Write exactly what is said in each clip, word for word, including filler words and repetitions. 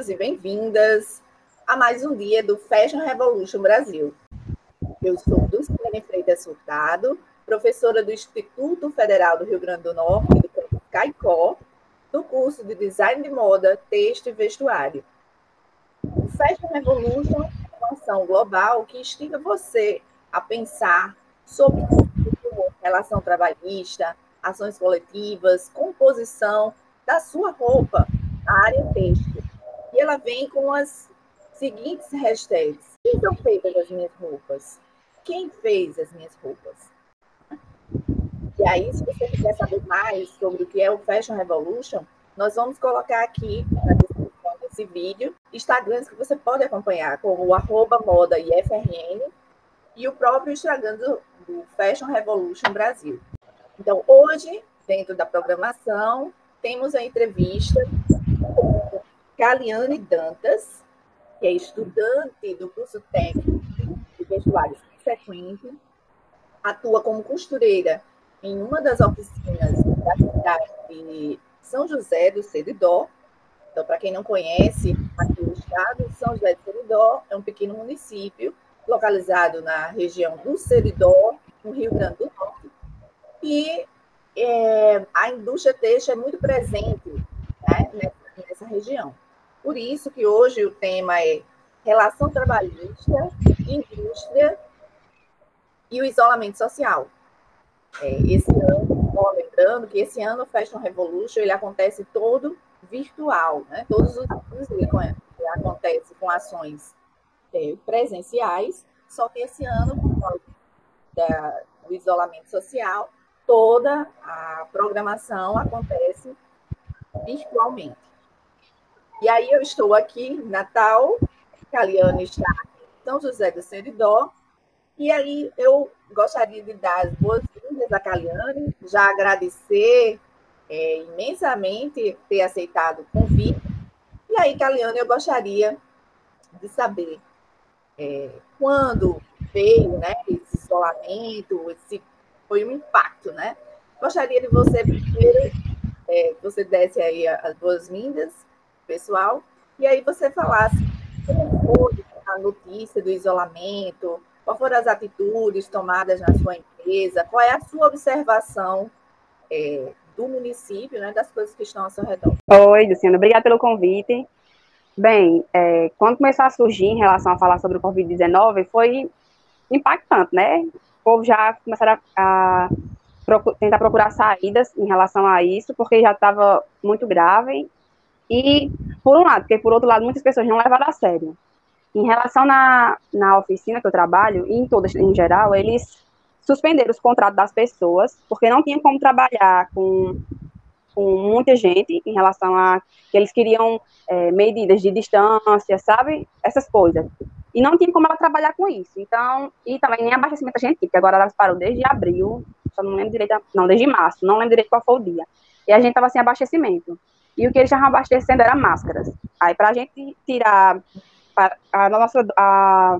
bem-vindos e bem-vindas a mais um dia do Fashion Revolution Brasil. Eu sou Dulciane Freitas Furtado, professora do Instituto Federal do Rio Grande do Norte, do campus Caicó, do curso de Design de Moda, Texto e Vestuário. O Fashion Revolution é uma ação global que instiga você a pensar sobre relação trabalhista, ações coletivas, composição da sua roupa na área têxtil. E ela vem com as seguintes hashtags. Quem são feitas as minhas roupas? Quem fez as minhas roupas? E aí, se você quiser saber mais sobre o que é o Fashion Revolution, nós vamos colocar aqui na descrição desse vídeo Instagrams que você pode acompanhar, como o arroba moda I F R N e o próprio Instagram do, do Fashion Revolution Brasil. Então, hoje, dentro da programação, temos a entrevista com Caliane Dantas, que é estudante do curso técnico de vestuário subsequente, atua como costureira em uma das oficinas da cidade de São José do Seridó. Então, para quem não conhece, aqui o estado de São José do Seridó é um pequeno município localizado na região do Seridó, no Rio Grande do Norte. E é, a indústria têxtil é muito presente, né, nessa, nessa região. Por isso que hoje o tema é relação trabalhista, indústria e o isolamento social. É, esse ano, ó, lembrando que esse ano o Fashion Revolution ele acontece todo virtual, né? Todos os anos ele acontece com ações é, presenciais, só que esse ano, por causa da, do isolamento social, toda a programação acontece virtualmente. E aí eu estou aqui em Natal, Caliane está em São José do Seridó, e aí eu gostaria de dar as boas-vindas a Caliane, já agradecer é, imensamente ter aceitado o convite. E aí, Caliane, eu gostaria de saber é, quando veio, né, esse isolamento, esse foi um impacto, né? Gostaria de você primeiro, é, que você desse aí as boas-vindas, pessoal, e aí você falasse como foi a notícia do isolamento, quais foram as atitudes tomadas na sua empresa, qual é a sua observação é, do município, né, das coisas que estão ao seu redor. Oi, Luciana, obrigada pelo convite. Bem, é, quando começou a surgir em relação a falar sobre o covid dezenove, foi impactante, né? O povo já começaram a, a procu- tentar procurar saídas em relação a isso, porque já estava muito grave. E, por um lado, porque por outro lado, muitas pessoas não levaram a sério. Em relação na, na oficina que eu trabalho, e em todas em geral, eles suspenderam os contratos das pessoas, porque não tinham como trabalhar com, com muita gente em relação a que eles queriam é, medidas de distância, sabe? Essas coisas. E não tinha como ela trabalhar com isso. Então, e também nem abastecimento a gente, porque agora ela parou desde abril, só não lembro direito, não, desde março, não lembro direito qual foi o dia. E a gente estava sem abastecimento. E o que eles estavam abastecendo era máscaras. Aí, para a gente tirar, pra, a nossa, a,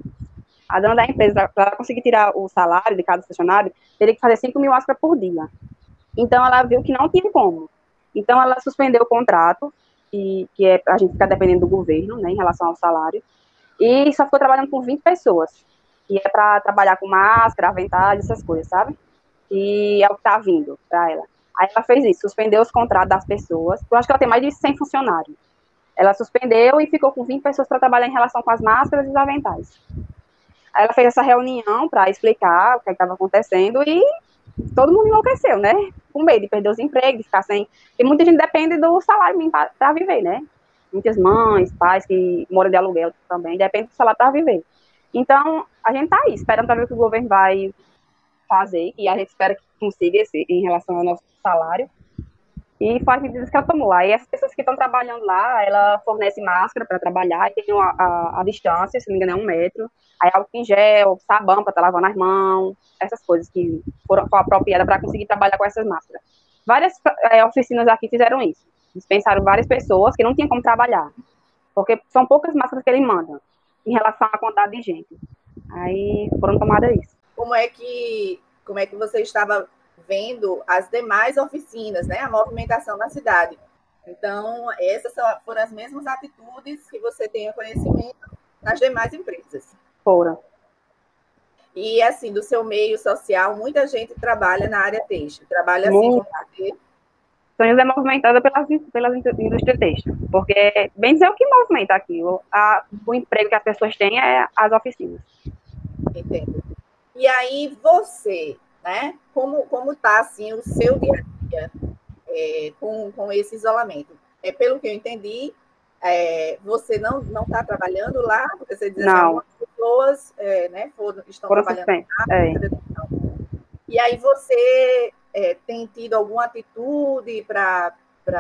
a dona da empresa, para ela conseguir tirar o salário de cada funcionário, teria que fazer cinco mil máscaras por dia. Então, ela viu que não tinha como. Então, ela suspendeu o contrato, que, que é para a gente ficar dependendo do governo, né, em relação ao salário, e só ficou trabalhando com vinte pessoas, que é para trabalhar com máscara, avental, essas coisas, sabe? E é o que está vindo para ela. Aí ela fez isso, suspendeu os contratos das pessoas, eu acho que ela tem mais de cem funcionários. Ela suspendeu e ficou com vinte pessoas para trabalhar em relação com as máscaras e os aventais. Aí ela fez essa reunião para explicar o que estava acontecendo e todo mundo enlouqueceu, né? Com medo de perder os empregos, de ficar sem... Porque muita gente depende do salário para viver, né? Muitas mães, pais que moram de aluguel também, dependem do salário para viver. Então, a gente está aí, esperando para ver o que o governo vai fazer, e a gente espera que consiga esse, em relação ao nosso salário. E faz medidas que ela tomou. Aí essas pessoas que estão trabalhando lá, ela fornece máscara para trabalhar, e tem a, a, a distância, se não me engano, é um metro. Aí álcool em gel, sabão para estar tá lavando as mãos, essas coisas que foram, foram apropriadas para conseguir trabalhar com essas máscaras. Várias é, oficinas aqui fizeram isso. Dispensaram várias pessoas que não tinham como trabalhar, porque são poucas máscaras que eles mandam em relação à quantidade de gente. Aí foram tomadas isso. Como é que, como é que você estava vendo as demais oficinas, né, a movimentação na cidade? Então, essas foram as mesmas atitudes que você tenha conhecimento nas demais empresas. Foram. E, assim, do seu meio social, muita gente trabalha na área têxtil. Trabalha assim Muito. como você. São José é movimentada pelas, pelas indústrias têxtil, porque, bem dizer, o que movimenta aqui, o, a, o emprego que as pessoas têm é as oficinas. Entendo. E aí, você, né, como, como está, assim, o seu dia a dia é, com, com esse isolamento? É, pelo que eu entendi, é, você não não está trabalhando lá, porque você diz assim, Não. algumas pessoas é, né, foram, estão Foram trabalhando suspensas. lá, É. e aí você é, tem tido alguma atitude para,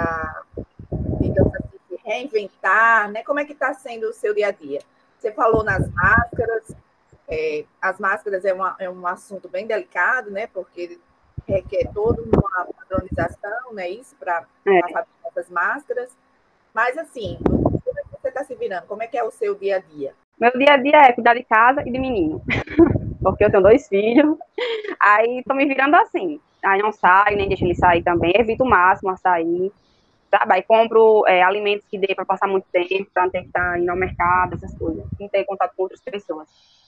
digamos assim, se reinventar, né? Como é que está sendo o seu dia a dia? Você falou nas máscaras, é, as máscaras é, uma, é um assunto bem delicado, né? Porque requer toda uma padronização, né? Isso para É. a fabricação das máscaras. Mas, assim, como é que você está se virando? Como é que é o seu dia a dia? Meu dia a dia é cuidar de casa e de menino. Porque eu tenho dois filhos. Aí tô me virando assim. Aí não saio, nem deixo ele sair também. Evito o máximo a sair. Sabe? Aí compro é, alimentos que dê para passar muito tempo, para não ter que estar indo ao mercado, essas coisas. Não ter contato com outras pessoas.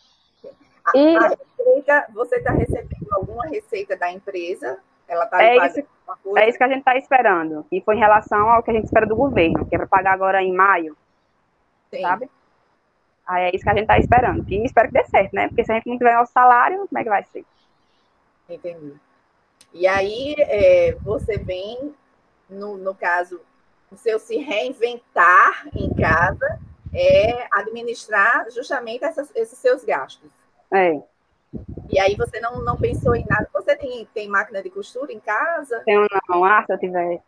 A, E a receita, você está recebendo alguma receita da empresa? Ela está lhe é pagando isso, alguma é coisa? isso que a gente está esperando. E foi em relação ao que a gente espera do governo, que é para pagar agora em maio, Sim, sabe? Aí é isso que a gente está esperando. E espero que dê certo, né? Porque se a gente não tiver nosso salário, como é que vai ser? entendi. E aí é, você vem, no, no caso, o seu se reinventar em casa é administrar justamente essas, esses seus gastos. É. E aí você não, não pensou em nada. Você tem, tem máquina de costura em casa? Tenho não, ah, se eu tivesse.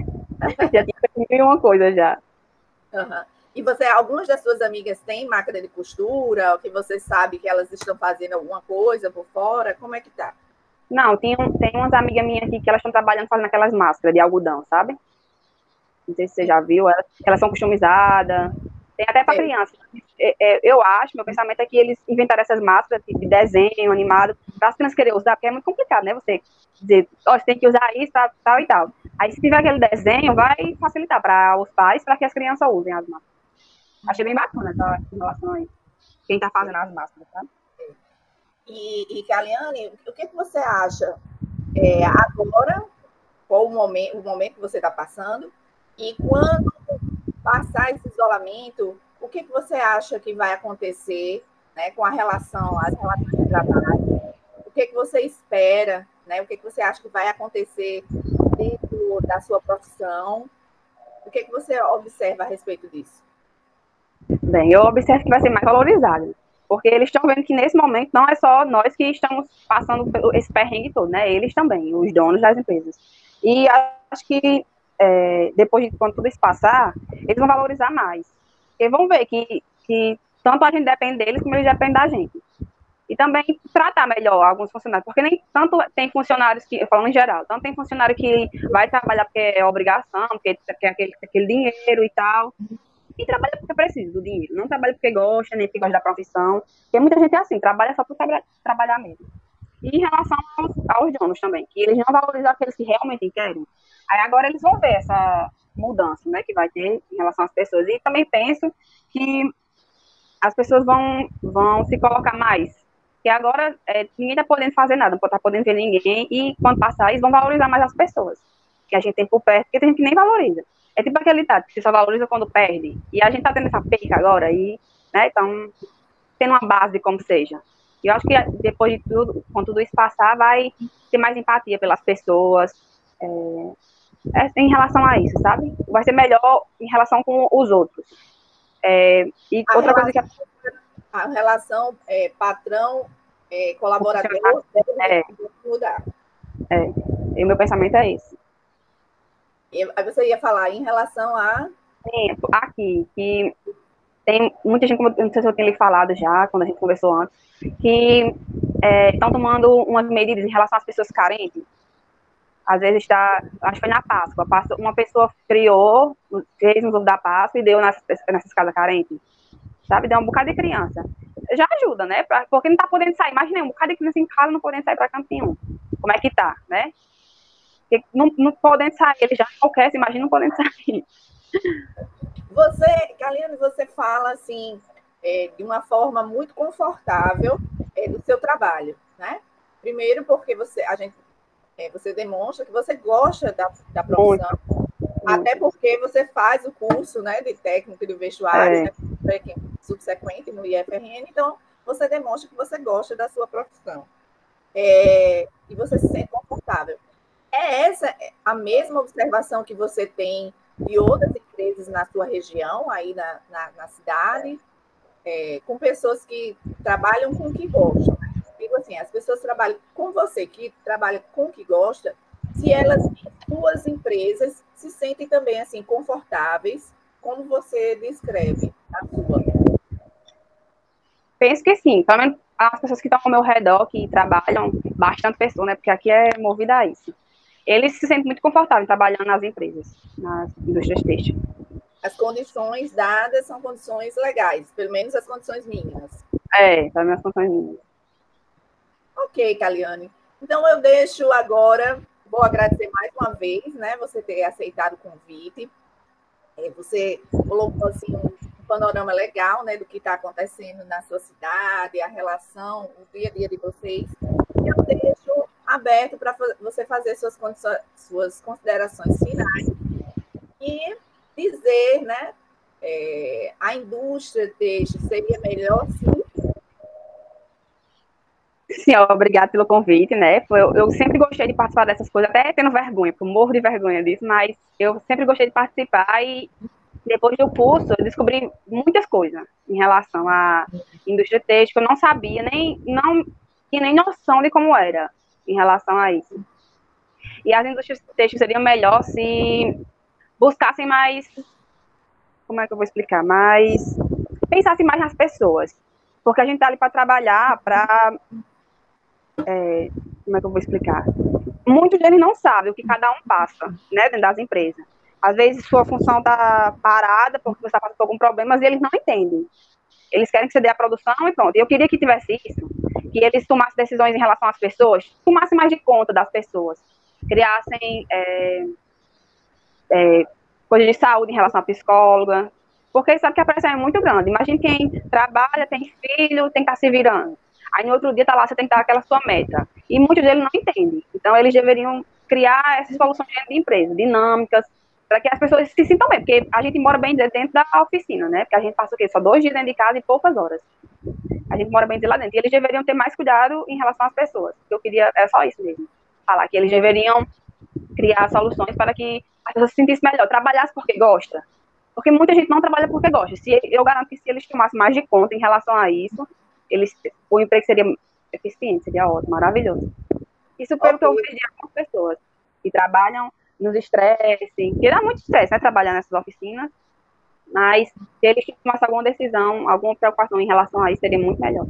Já tinha feito uma coisa já. Uhum. E você, algumas das suas amigas têm máquina de costura, ou que você sabe que elas estão fazendo alguma coisa por fora? Como é que tá? Não, tem, um, tem umas amigas minhas aqui que elas estão trabalhando fazendo aquelas máscaras de algodão, sabe? Não sei se você já viu, elas, elas são customizadas. Tem até para criança. É, é, eu acho, meu pensamento é que eles inventaram essas máscaras de desenho animado para as crianças querem usar, porque é muito complicado, né? Você dizer, ó, oh, você tem que usar isso, tal, tal e tal. Aí, se tiver aquele desenho, vai facilitar para os pais, para que as crianças usem as máscaras. Achei bem bacana essa relação aí. Quem está fazendo as máscaras, sabe? E, e Kaliane, o que, que você acha é, agora, qual o momento, o momento que você está passando, e quando passar esse isolamento, o que, que você acha que vai acontecer, né, com a relação, as relações de trabalho? O que, que você espera, né? O que, que você acha que vai acontecer dentro da sua profissão? O que, que você observa a respeito disso? Bem, eu observo que vai ser mais valorizado, porque eles estão vendo que nesse momento não é só nós que estamos passando esse perrengue todo, né? Eles também, os donos das empresas. E acho que é, depois de quando tudo isso passar, eles vão valorizar mais. Porque vão ver que, que tanto a gente depende deles como eles dependem da gente. E também tratar melhor alguns funcionários, porque nem tanto tem funcionários que, falando em geral, tanto tem funcionário que vai trabalhar porque é obrigação, porque quer aquele, aquele dinheiro e tal, e trabalha porque precisa do dinheiro, não trabalha porque gosta, nem porque gosta da profissão, porque muita gente é assim, trabalha só por tra trabalhar mesmo. E em relação aos, aos donos também, que eles não valorizam aqueles que realmente querem, aí agora eles vão ver essa mudança, né, que vai ter em relação às pessoas. E também penso que as pessoas vão, vão se colocar mais, porque agora é, ninguém está podendo fazer nada, não está podendo ver ninguém, e quando passar eles vão valorizar mais as pessoas que a gente tem por perto, porque tem gente que nem valoriza. É tipo aquele ditado, que você só valoriza quando perde. E a gente tá tendo essa perca agora, e, né, então, tendo uma base de como seja. E eu acho que depois de tudo, quando tudo isso passar, vai ter mais empatia pelas pessoas, é, é, em relação a isso, sabe? Vai ser melhor em relação com os outros. É, e A outra coisa que... relação, a relação é, patrão-colaborador é, deve é, mudar. É, e o meu pensamento é esse. E aí você ia falar em relação a... Sim, aqui, que tem muita gente, como não sei se eu tinha lhe falado já, quando a gente conversou antes, que estão é, tomando umas medidas em relação às pessoas carentes. Às vezes está, acho que foi na Páscoa, uma pessoa criou, fez um ovo da Páscoa e deu nessas, nessas casas carentes, sabe? Deu um bocado de criança. Já ajuda, né? Porque não está podendo sair. Imagina, um bocado de criança em casa não podendo sair para canto nenhum. Como é que tá, né? Porque não, não podem sair, eles já enlouquecem, imagina não podem sair. Você, Kaliane, você fala assim, é, de uma forma muito confortável é, do seu trabalho, né? Primeiro porque você, a gente, é, você demonstra que você gosta da, da Muito, profissão, até muito. porque você faz o curso, né, de técnico de vestuário, É, né, subsequente no I F R N, então você demonstra que você gosta da sua profissão. É, e você se sente confortável. É essa a mesma observação que você tem de outras empresas na sua região, aí na, na, na cidade, é, com pessoas que trabalham com o que gostam? Digo assim, as pessoas trabalham com você, que trabalham com o que gosta, se elas, em suas empresas, se sentem também assim confortáveis, como você descreve a sua. penso que sim, pelo menos as pessoas que estão ao meu redor, que trabalham, bastante pessoas, né, porque aqui é movida a isso. Eles se sentem muito confortáveis trabalhando nas empresas, nas indústrias têxteis. As condições dadas são condições legais, pelo menos as condições mínimas. É, para minhas condições mínimas. Ok, Kaliane. Então eu deixo agora, vou agradecer mais uma vez, né, você ter aceitado o convite. É, você colocou assim um panorama legal, né, do que está acontecendo na sua cidade, a relação, o dia a dia de vocês. Eu deixo aberto para você fazer suas, suas considerações finais e dizer, né, é, a indústria têxtil seria melhor sim. Sim, obrigada pelo convite, né? Eu, eu sempre gostei de participar dessas coisas, até tendo vergonha, porque eu morro de vergonha disso, mas eu sempre gostei de participar e depois do curso eu descobri muitas coisas em relação à indústria têxtil que eu não sabia, nem não tinha nem noção de como era em relação a isso. E as indústrias têxteis seriam melhor se buscassem mais, como é que eu vou explicar, mais, pensassem mais nas pessoas, porque a gente está ali para trabalhar, para É, como é que eu vou explicar? Muitos deles não sabem o que cada um passa, né, dentro das empresas. Às vezes sua função está parada porque você está passando por algum problema, mas eles não entendem. Eles querem que você dê a produção e pronto. Eu queria que tivesse isso, que eles tomassem decisões em relação às pessoas, tomassem mais de conta das pessoas, criassem é, é, coisas de saúde em relação à psicóloga, porque sabe que a pressão é muito grande. Imagine quem trabalha, tem filho, tem que estar se virando. Aí no outro dia tá lá, você tem que dar aquela sua meta. E muitos deles não entendem. Então eles deveriam criar essas soluções dentro de empresa, dinâmicas, para que as pessoas se sintam bem, porque a gente mora bem dentro da oficina, né? Porque a gente passa o quê? Só dois dias dentro de casa e poucas horas. A gente mora bem lá dentro. E eles deveriam ter mais cuidado em relação às pessoas. Eu queria, é só isso mesmo. Falar que eles deveriam criar soluções para que as pessoas se sentissem melhor, trabalhassem porque gosta. Porque muita gente não trabalha porque gosta. Se, eu garanto que se eles tomassem mais de conta em relação a isso, eles, o emprego seria eficiente, seria ótimo, maravilhoso. Isso pelo okay. que eu vejo de algumas pessoas que trabalham nos estresse, que dá muito estresse, né, trabalhar nessas oficinas, mas se eles tomassem alguma decisão, alguma preocupação em relação a isso, seria muito melhor.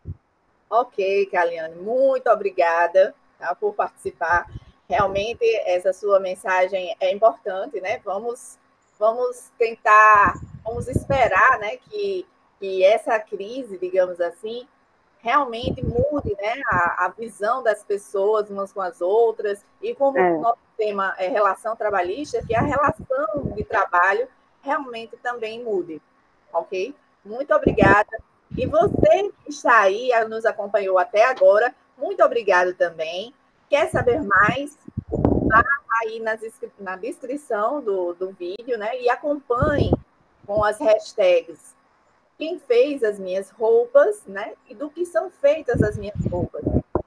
Ok, Kaliane, muito obrigada, tá, por participar. Realmente, essa sua mensagem é importante, né? Vamos, vamos tentar, vamos esperar, né, que, que essa crise, digamos assim, realmente mude, né, a, a visão das pessoas umas com as outras, e como é. o nosso tema é relação trabalhista, que a relação de trabalho realmente também mude, ok? Muito obrigada. E você que está aí, nos acompanhou até agora, muito obrigado também. Quer saber mais? Vá aí nas, na descrição do, do vídeo, né? E acompanhe com as hashtags quem fez as minhas roupas, né? E do que são feitas as minhas roupas.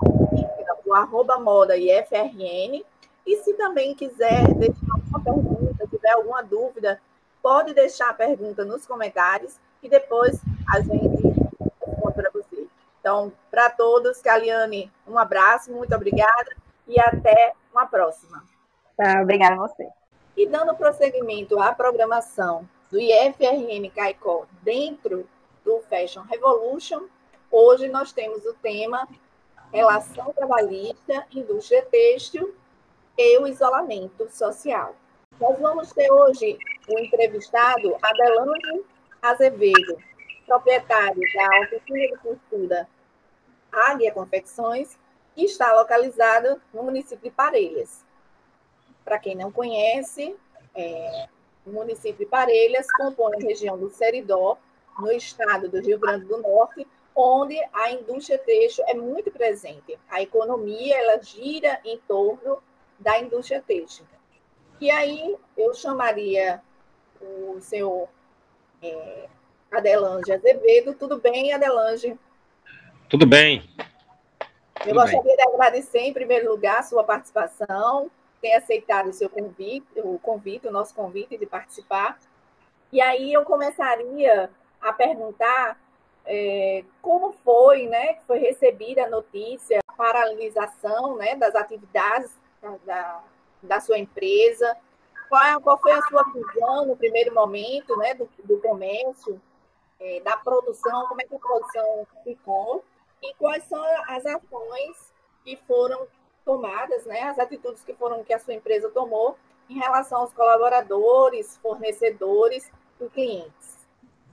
O arroba moda I F R N. E se também quiser deixar alguma pergunta, tiver alguma dúvida, pode deixar a pergunta nos comentários e depois a gente responde para você. Então, para todos, Kaliane, um abraço, muito obrigada e até uma próxima. Tá, obrigada a você. E dando prosseguimento à programação do I F R N Caicó dentro do Fashion Revolution, hoje nós temos o tema Relação Trabalhista, Indústria Têxtil e o Isolamento Social. Nós vamos ter hoje o entrevistado Adelante Azevedo, proprietário da oficina de costura Águia Confecções, que está localizada no município de Parelhas. Para quem não conhece, é, o município de Parelhas compõe a região do Seridó, no estado do Rio Grande do Norte, onde a indústria têxtil é muito presente. A economia ela gira em torno da indústria têxtil. E aí eu chamaria o senhor é, Adelange Azevedo. Tudo bem, Adelange? Tudo bem. Eu gostaria de agradecer, em primeiro lugar, a sua participação, ter aceitado o seu convite, o convite, o nosso convite de participar. E aí eu começaria a perguntar é, como foi, né, que foi recebida a notícia, a paralisação, né, das atividades da, da sua empresa. Qual, qual foi a sua visão no primeiro momento, né, do, do comércio, é, da produção, como é que a produção ficou? E quais são as ações que foram tomadas, né, as atitudes que foram que a sua empresa tomou em relação aos colaboradores, fornecedores e clientes?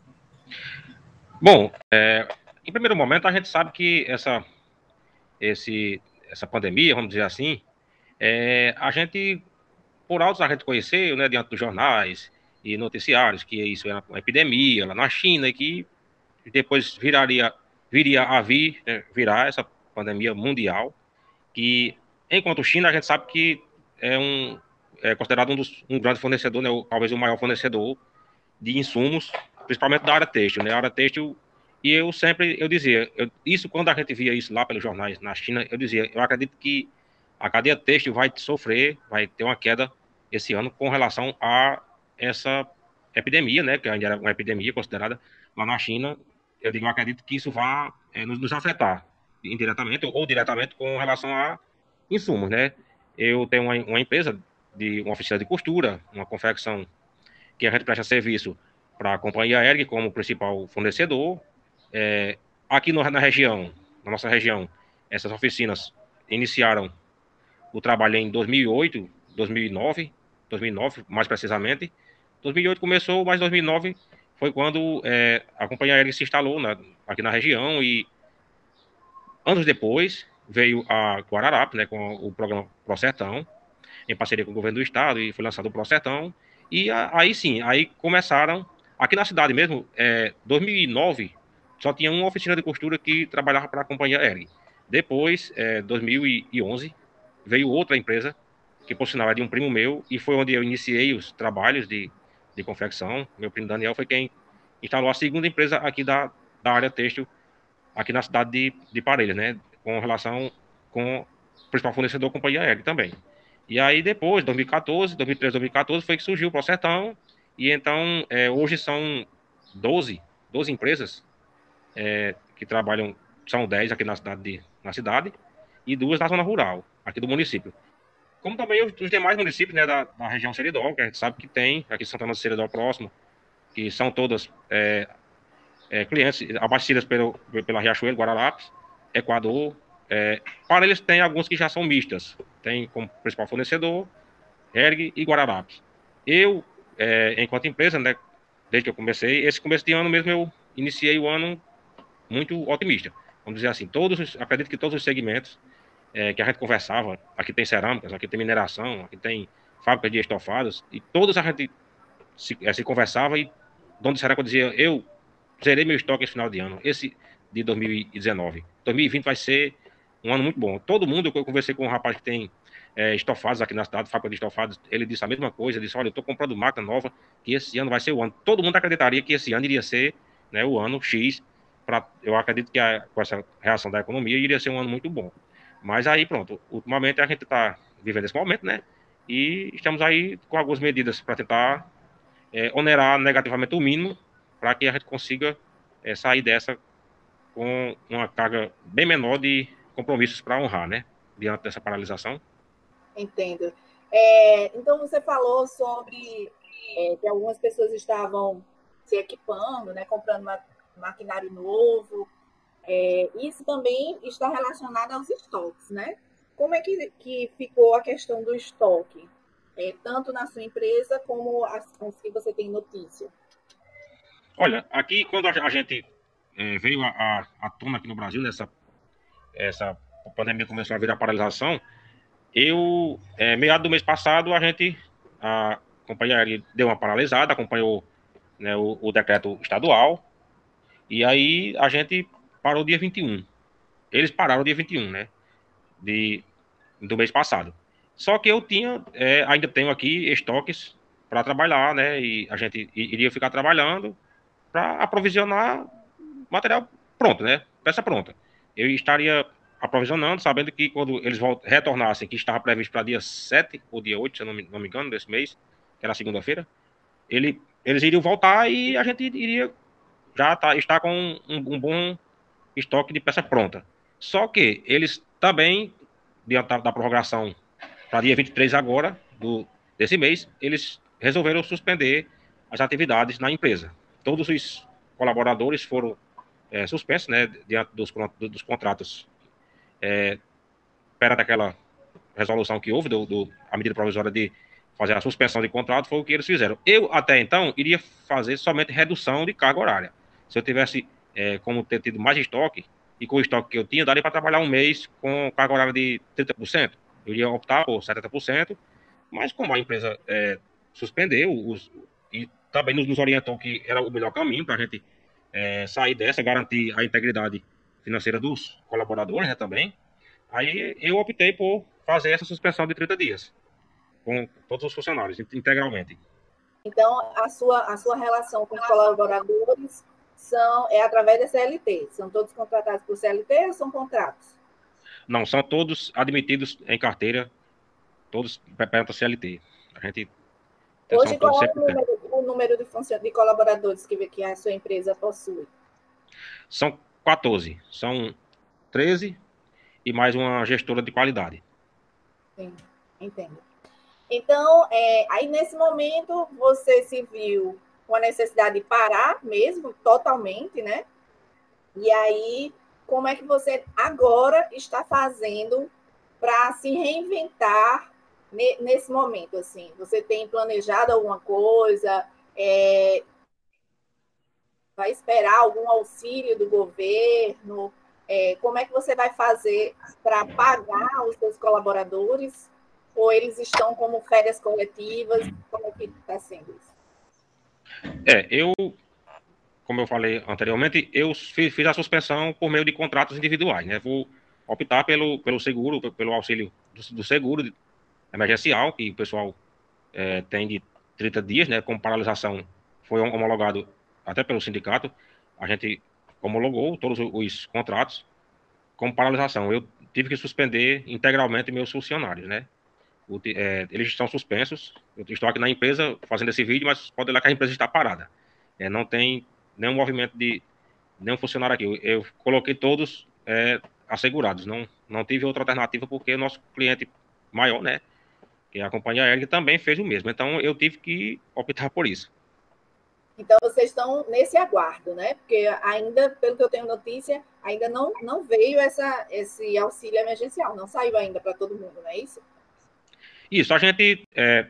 Bom, é, em primeiro momento a gente sabe que essa, esse, essa pandemia, vamos dizer assim, é, a gente, por altos a gente conheceu, né, diante dos jornais e noticiários, que isso era uma epidemia lá na China e que depois viraria, viria a vir, né, virar essa pandemia mundial, que enquanto China a gente sabe que é um é considerado um, dos, um grande fornecedor, né, ou talvez o maior fornecedor de insumos, principalmente da área têxtil, né, a área têxtil. E eu sempre, eu dizia, eu, isso quando a gente via isso lá pelos jornais na China, eu dizia, eu acredito que a cadeia têxtil vai sofrer, vai ter uma queda esse ano com relação a essa epidemia, né, que ainda era uma epidemia considerada lá na China. Eu digo, eu acredito que isso vai é, nos, nos afetar indiretamente ou, ou diretamente com relação a insumos, né. Eu tenho uma, uma empresa de uma oficina de costura, uma confecção que a gente presta serviço para a companhia aérea como principal fornecedor. É, aqui no, na região, na nossa região, essas oficinas iniciaram o trabalho em dois mil e oito, dois mil e nove, dois mil e nove mais precisamente. dois mil e oito começou, mas dois mil e nove foi quando é, a companhia aérea se instalou na, aqui na região e anos depois veio a Guararapes, né, com o programa Prosertão, em parceria com o governo do estado, e foi lançado o Prosertão. E a, aí sim, aí começaram, aqui na cidade mesmo, é, dois mil e nove, só tinha uma oficina de costura que trabalhava para a companhia aérea. Depois, é, dois mil e onze, veio outra empresa, que por sinal é de um primo meu, e foi onde eu iniciei os trabalhos de, de confecção. Meu primo Daniel foi quem instalou a segunda empresa aqui da, da área têxtil, aqui na cidade de, de Parelhas, né? Com relação com o principal fornecedor, a companhia aérea também. E aí depois, dois mil e quatorze, dois mil e treze, dois mil e quatorze, foi que surgiu o Prosertão. E então, é, hoje são doze, doze empresas é, que trabalham, são dez aqui na cidade, de, na cidade e duas na zona rural, aqui do município. Como também os, os demais municípios, né, da, da região Seridó, que a gente sabe que tem, aqui em Santana do Seridó próximo, que são todas é, é, clientes abastecidas pelo, pela Riachuelo, Guararapes, Equador. É, para eles tem alguns que já são mistas, tem como principal fornecedor Erg e Guararapes. Eu, é, enquanto empresa, né, desde que eu comecei, esse começo de ano mesmo eu iniciei o ano muito otimista. Vamos dizer assim, todos, acredito que todos os segmentos é, que a gente conversava, aqui tem cerâmicas, aqui tem mineração, aqui tem fábrica de estofados, e todos a gente se, é, se conversava e onde será que eu dizia, eu zerei meu estoque esse final de ano, esse de dois mil e dezenove. dois mil e vinte vai ser um ano muito bom. Todo mundo, eu conversei com um rapaz que tem é, estofados aqui na cidade, fábrica de estofados, ele disse a mesma coisa, ele disse, olha, eu estou comprando máquina nova, que esse ano vai ser o ano. Todo mundo acreditaria que esse ano iria ser, né, o ano X, pra, eu acredito que a, com essa reação da economia iria ser um ano muito bom. Mas aí, pronto, ultimamente a gente está vivendo esse momento, né, e estamos aí com algumas medidas para tentar é, onerar negativamente o mínimo, para que a gente consiga é, sair dessa com uma carga bem menor de compromissos para honrar, né, diante dessa paralisação. Entendo. É, então, você falou sobre é, que algumas pessoas estavam se equipando, né, comprando ma maquinário novo. É, isso também está relacionado aos estoques, né? Como é que, que ficou a questão do estoque, é, tanto na sua empresa como as, as que você tem notícia? Olha, aqui quando a gente é, veio a, a, a tona aqui no Brasil, nessa essa pandemia começou a virar paralisação, Eu, é, meado do mês passado, a gente, a companhia aérea deu uma paralisada, acompanhou, né, o, o decreto estadual, e aí a gente parou dia vinte e um. Eles pararam dia vinte e um, né, de, do mês passado. Só que eu tinha, é, ainda tenho aqui estoques para trabalhar, né, e a gente iria ficar trabalhando para aprovisionar material pronto, né, peça pronta. Eu estaria aprovisionando, sabendo que quando eles volt- retornassem, que estava previsto para dia sete ou dia oito, se eu não me, não me engano, desse mês, que era segunda-feira, ele, eles iriam voltar e a gente iria já tá, estar com um, um bom estoque de peça pronta. Só que eles também, diante da, da prorrogação para dia vinte e três agora, do, desse mês, eles resolveram suspender as atividades na empresa. Todos os colaboradores foram é, suspensos, né, diante dos, dos contratos, é, perante aquela resolução que houve, do, do, a medida provisória de fazer a suspensão de contrato, foi o que eles fizeram. Eu, até então, iria fazer somente redução de carga horária. Se eu tivesse é, como ter tido mais estoque, e com o estoque que eu tinha, daria para trabalhar um mês com carga horária de trinta por cento. Eu iria optar por setenta por cento, mas como a empresa é, suspendeu os, e também nos, nos orientou que era o melhor caminho para a gente é, sair dessa, garantir a integridade financeira dos colaboradores, né, também. Aí eu optei por fazer essa suspensão de trinta dias com todos os funcionários, integralmente. Então, a sua, a sua relação com os colaboradores são, é através da C L T? São todos contratados por C L T ou são contratos? Não, são todos admitidos em carteira, todos perante a C L T. A gente são Hoje, todos qual é o cem por cento. número, o número de, de colaboradores que, que a sua empresa possui? São quatorze, são treze e mais uma gestora de qualidade. Sim, entendo. Então, é, aí nesse momento, você se viu com a necessidade de parar mesmo, totalmente, né? E aí, como é que você agora está fazendo para se reinventar nesse momento? Assim, você tem planejado alguma coisa? É, vai esperar algum auxílio do governo? É, como é que você vai fazer para pagar os seus colaboradores? Ou eles estão como férias coletivas? Como é que está sendo isso? É, eu, como eu falei anteriormente, eu fiz, fiz a suspensão por meio de contratos individuais, né? Vou optar pelo, pelo seguro, pelo auxílio do, do seguro emergencial, que o pessoal é, tem de trinta dias, né? Com paralisação, foi homologado até pelo sindicato. A gente homologou todos os contratos com paralisação. Eu tive que suspender integralmente meus funcionários, né? O, é, eles estão suspensos. Eu estou aqui na empresa fazendo esse vídeo, mas pode olhar que a empresa está parada. É, não tem nenhum movimento de nenhum funcionário aqui. Eu, eu coloquei todos é, assegurados. Não, não tive outra alternativa porque o nosso cliente maior, né? Que é a companhia aérea também fez o mesmo. Então eu tive que optar por isso. Então, vocês estão nesse aguardo, né? Porque ainda, pelo que eu tenho notícia, ainda não, não veio essa, esse auxílio emergencial, não saiu ainda para todo mundo, não é isso? Isso, a gente é,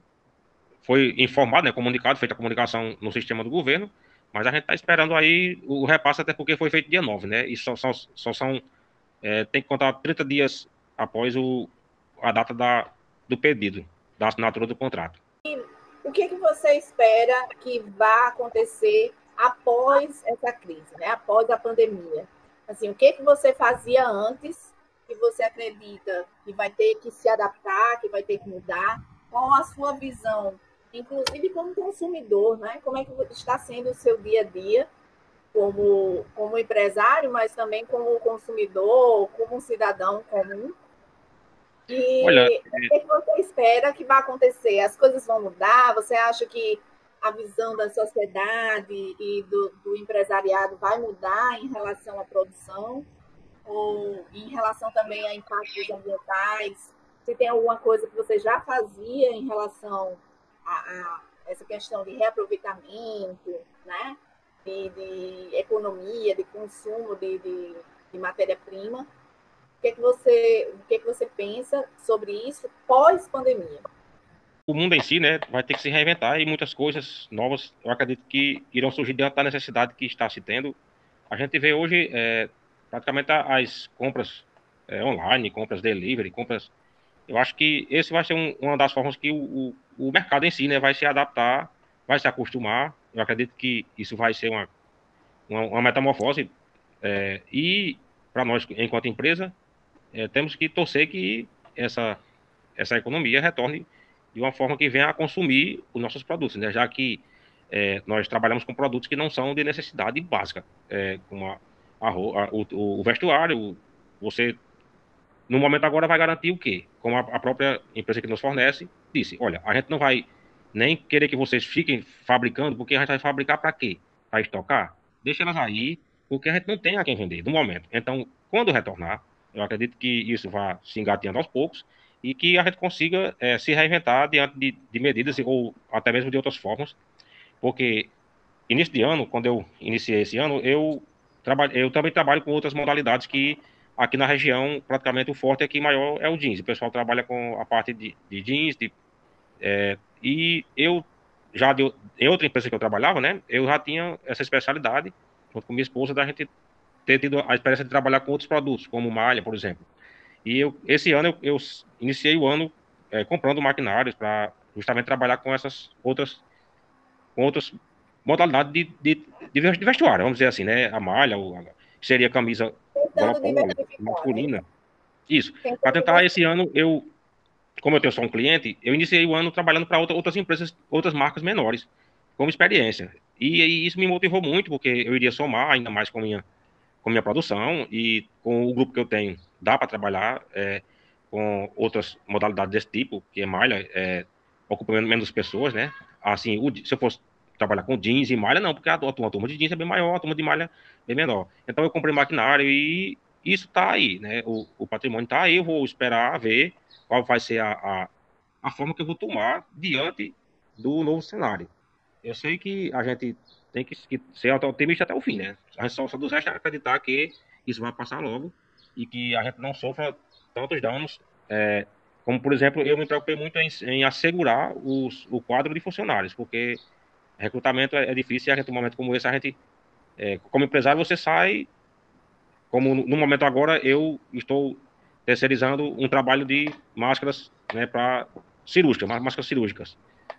foi informado, né, comunicado, feita a comunicação no sistema do governo, mas a gente está esperando aí o repasse, até porque foi feito dia nove, né? E só, só, só são. É, tem que contar trinta dias após o, a data da, do pedido, da assinatura do contrato. O que, que você espera que vá acontecer após essa crise, né? Após a pandemia? Assim, o que, que você fazia antes que você acredita que vai ter que se adaptar, que vai ter que mudar? Qual a sua visão, inclusive como consumidor, né? Como é que está sendo o seu dia a dia como, como empresário, mas também como consumidor, como um cidadão comum? Olha, E o que você espera que vai acontecer? As coisas vão mudar? Você acha que a visão da sociedade e do, do empresariado vai mudar em relação à produção? Ou em relação também a impactos ambientais? Se tem alguma coisa que você já fazia em relação a, a essa questão de reaproveitamento, né? de, de economia, de consumo de, de, de matéria-prima? O que, é que, você, o que, é que você pensa sobre isso pós-pandemia? o mundo em si, né, vai ter que se reinventar e muitas coisas novas, eu acredito que irão surgir diante da necessidade que está se tendo. A gente vê hoje é, praticamente as compras é, online, compras delivery, compras Eu acho que esse vai ser um, uma das formas que o, o, o mercado em si, né, vai se adaptar, vai se acostumar. Eu acredito que isso vai ser uma, uma, uma metamorfose. É, e para nós, enquanto empresa, é, temos que torcer que essa, essa economia retorne de uma forma que venha a consumir os nossos produtos, né? Já que é, nós trabalhamos com produtos que não são de necessidade básica, é, como a, a, a, o, o vestuário. Você, no momento agora, vai garantir o quê? Como a, a própria empresa que nos fornece disse: olha, a gente não vai nem querer que vocês fiquem fabricando, porque a gente vai fabricar para quê? Para estocar? Deixa elas aí, porque a gente não tem a quem vender no momento. Então, quando retornar, eu acredito que isso vai se engateando aos poucos e que a gente consiga é, se reinventar diante de, de medidas ou até mesmo de outras formas, porque início de ano, quando eu iniciei esse ano, eu, traba, eu também trabalho com outras modalidades que aqui na região, praticamente o forte aqui maior é o jeans. O pessoal trabalha com a parte de, de jeans, de, é, e eu já de, em outra empresa que eu trabalhava, né, eu já tinha essa especialidade, junto com minha esposa, da gente ter tido a experiência de trabalhar com outros produtos, como malha, por exemplo. E eu, esse ano eu, eu iniciei o ano é, comprando maquinários para justamente trabalhar com essas outras com outras modalidades de, de, de vestuário, vamos dizer assim, né? A malha, o, a, seria a camisa gola Tentando polo, diversificar, né? masculina. Isso. Para Tentando tentar diversificar. esse ano, eu, como eu tenho só um cliente, eu iniciei o ano trabalhando para outra, outras empresas, outras marcas menores, como experiência. E, e isso me motivou muito, porque eu iria somar ainda mais com minha, com minha produção e com o grupo que eu tenho. Dá para trabalhar é, com outras modalidades desse tipo, que é malha, é, ocupa menos pessoas, né? Assim, o, se eu fosse trabalhar com jeans e malha, não, porque a, a, a turma de jeans é bem maior, a turma de malha é bem menor. Então eu comprei maquinário e isso está aí, né? O, o patrimônio está aí, eu vou esperar ver qual vai ser a, a, a forma que eu vou tomar diante do novo cenário. Eu sei que a gente tem que, que ser otimista até o fim, né? A gente só, só nos resta acreditar que isso vai passar logo e que a gente não sofra tantos danos. É, como, por exemplo, eu me preocupei muito em, em assegurar os, o quadro de funcionários, porque recrutamento é, é difícil e a gente, num momento como esse, a gente, é, como empresário, você sai, como no momento agora, eu estou terceirizando um trabalho de máscaras, né, para cirúrgicas, máscaras cirúrgicas.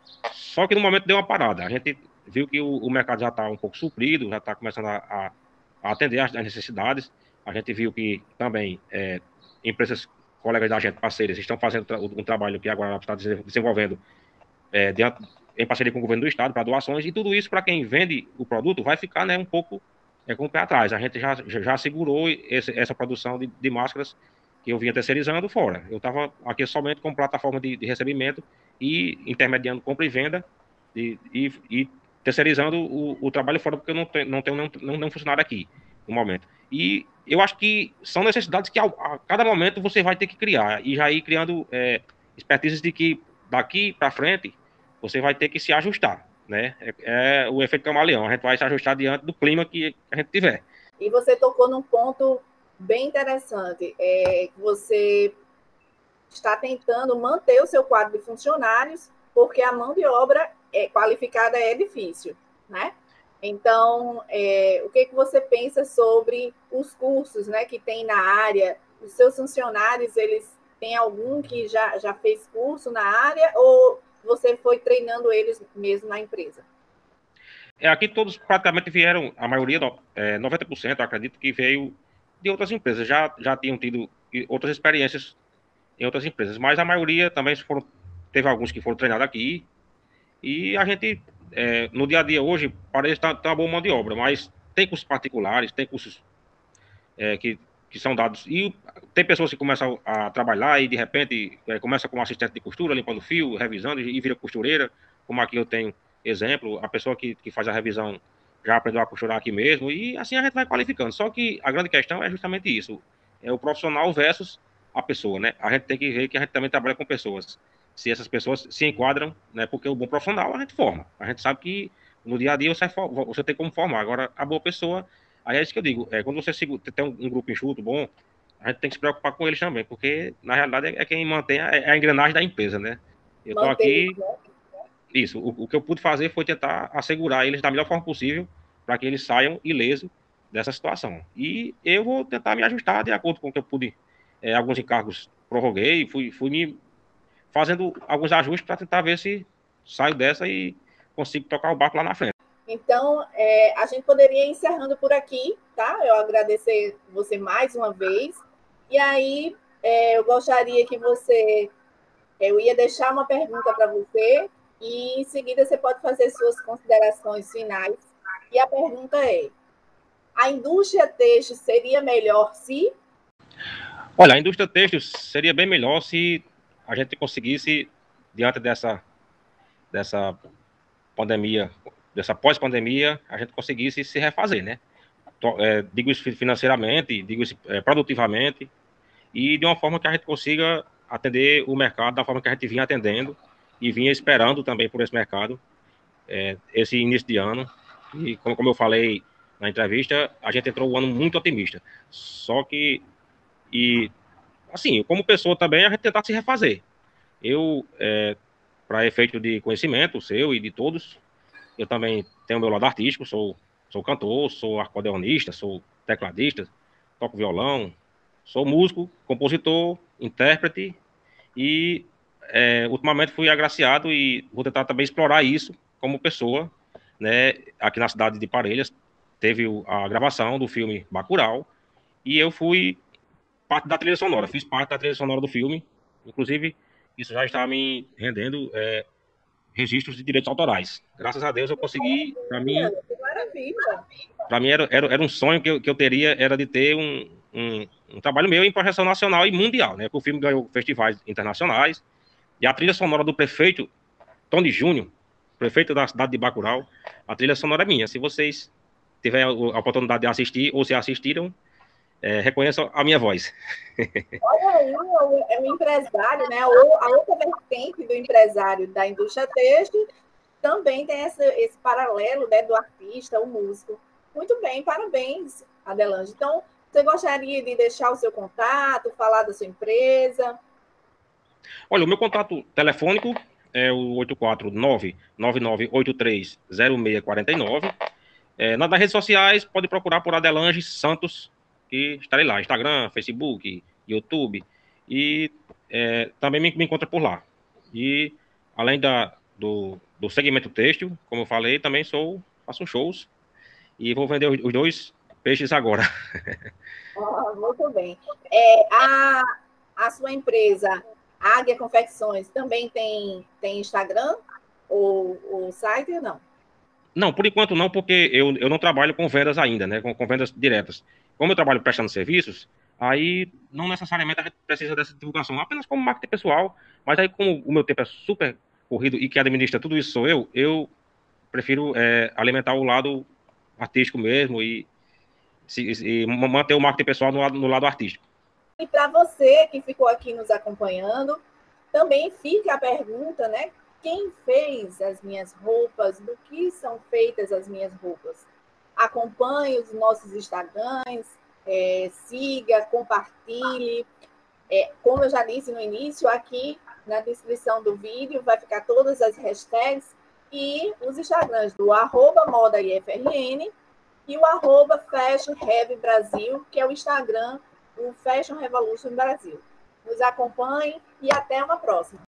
Só que no momento deu uma parada. A gente viu que o, o mercado já está um pouco suprido, já está começando a, a, a atender às, às necessidades. A gente viu que também é, empresas, colegas da gente, parceiras, estão fazendo tra um trabalho que agora está desenvolvendo é, de, em parceria com o governo do estado para doações, e tudo isso para quem vende o produto vai ficar, né, um pouco é, com o pé atrás. A gente já, já segurou esse, essa produção de, de máscaras que eu vinha terceirizando fora. Eu estava aqui somente como plataforma de, de recebimento e intermediando compra e venda e, e, e terceirizando o, o trabalho fora, porque eu não tenho, não tenho nenhum, nenhum funcionário aqui no momento. E eu acho que são necessidades que a, a cada momento você vai ter que criar e já ir criando é, expertises de que daqui para frente você vai ter que se ajustar, né? É, é o efeito camaleão, a gente vai se ajustar diante do clima que a gente tiver. E você tocou num ponto bem interessante, é que você está tentando manter o seu quadro de funcionários, porque a mão de obra é, qualificada é difícil, né? Então, é, o que, que você pensa sobre os cursos, né, que tem na área? Os seus funcionários, eles têm algum que já, já fez curso na área ou você foi treinando eles mesmo na empresa? É, aqui todos praticamente vieram, a maioria, é, noventa por cento, eu acredito que veio de outras empresas, já, já tinham tido outras experiências em outras empresas, mas a maioria também foram, teve alguns que foram treinados aqui, e a gente, é, no dia a dia hoje, parece estar tá, tá uma boa mão de obra, mas tem cursos particulares, tem cursos é, que, que são dados, e tem pessoas que começam a trabalhar e de repente é, começa como assistente de costura, limpando fio, revisando e vira costureira, como aqui eu tenho exemplo, a pessoa que, que faz a revisão já aprendeu a costurar aqui mesmo, e assim a gente vai qualificando. Só que a grande questão é justamente isso, é o profissional versus a pessoa, né? A gente tem que ver que a gente também trabalha com pessoas, se essas pessoas se enquadram, né? Porque o bom profissional a gente forma, a gente sabe que no dia a dia você, você tem como formar, agora a boa pessoa, aí é isso que eu digo, é, quando você tem um, um grupo enxuto, bom, a gente tem que se preocupar com eles também, porque na realidade é, é quem mantém a, é a engrenagem da empresa, né? Eu estou Manter, aqui, né? isso, o, o que eu pude fazer foi tentar assegurar eles da melhor forma possível para que eles saiam ilesos dessa situação. E eu vou tentar me ajustar de acordo com o que eu pude é, alguns encargos prorroguei, fui, fui me fazendo alguns ajustes para tentar ver se saio dessa e consigo tocar o barco lá na frente. Então, é, a gente poderia ir encerrando por aqui, tá? Eu agradecer você mais uma vez. E aí, é, eu gostaria que você... Eu ia deixar uma pergunta para você e, em seguida, você pode fazer suas considerações finais. E a pergunta é: a indústria têxtil seria melhor se... Olha, a indústria têxtil seria bem melhor se a gente conseguisse, diante dessa, dessa pandemia, dessa pós-pandemia, a gente conseguisse se refazer, né? É, digo isso financeiramente, digo isso é, produtivamente, e de uma forma que a gente consiga atender o mercado da forma que a gente vinha atendendo e vinha esperando também por esse mercado, é, esse início de ano. E como, como eu falei na entrevista, a gente entrou um ano muito otimista. Só que, e assim, como pessoa também, a gente tentar se refazer. Eu, é, para efeito de conhecimento seu e de todos, eu também tenho o meu lado artístico, sou, sou cantor, sou acordeonista, sou tecladista, toco violão, sou músico, compositor, intérprete e é, ultimamente fui agraciado e vou tentar também explorar isso como pessoa, né? Aqui na cidade de Parelhas teve a gravação do filme Bacurau e eu fui parte da trilha sonora, fiz parte da trilha sonora do filme, inclusive isso já está me rendendo é, registros de direitos autorais. Graças a Deus eu consegui, para mim, para mim era, era, era um sonho que eu, que eu teria, era de ter um, um, um trabalho meu em projeção nacional e mundial, né? Porque o filme ganhou festivais internacionais e a trilha sonora do prefeito Tony Júnior, prefeito da cidade de Bacurau, a trilha sonora é minha. Se vocês tiverem a oportunidade de assistir ou se assistiram, é, reconheçam a minha voz. Olha aí, é um empresário, né? Ou a outra vertente do empresário da indústria têxtil também tem esse, esse paralelo, né, do artista, o músico. Muito bem, parabéns, Adelange. Então, você gostaria de deixar o seu contato, falar da sua empresa? Olha, o meu contato telefônico é o oito quatro nove, nove nove oito três, zero seis quatro nove. É, nas redes sociais, pode procurar por Adelange Santos, que estarei lá. Instagram, Facebook, YouTube. E é, também me, me encontra por lá. E além da, do, do segmento têxtil, como eu falei, também sou, faço shows. E vou vender os, os dois peixes agora. Oh, muito bem. É, a, a sua empresa, Águia Confecções, também tem, tem Instagram? Ou, ou site ou não? Não, por enquanto não, porque eu, eu não trabalho com vendas ainda, né? Com, com vendas diretas. Como eu trabalho prestando serviços, aí não necessariamente a gente precisa dessa divulgação, apenas como marketing pessoal, mas aí como o meu tempo é super corrido e que administra tudo isso sou eu, eu prefiro é, alimentar o lado artístico mesmo e, se, e manter o marketing pessoal no lado, no lado artístico. E para você que ficou aqui nos acompanhando, também fica a pergunta, né? Quem fez as minhas roupas? Do que são feitas as minhas roupas? Acompanhe os nossos Instagrams, é, siga, compartilhe. É, como eu já disse no início, aqui na descrição do vídeo vai ficar todas as hashtags e os Instagrams do arroba moda I F R N e o arroba Fashion Rev Brasil, que é o Instagram do Fashion Revolution Brasil. Nos acompanhe e até uma próxima.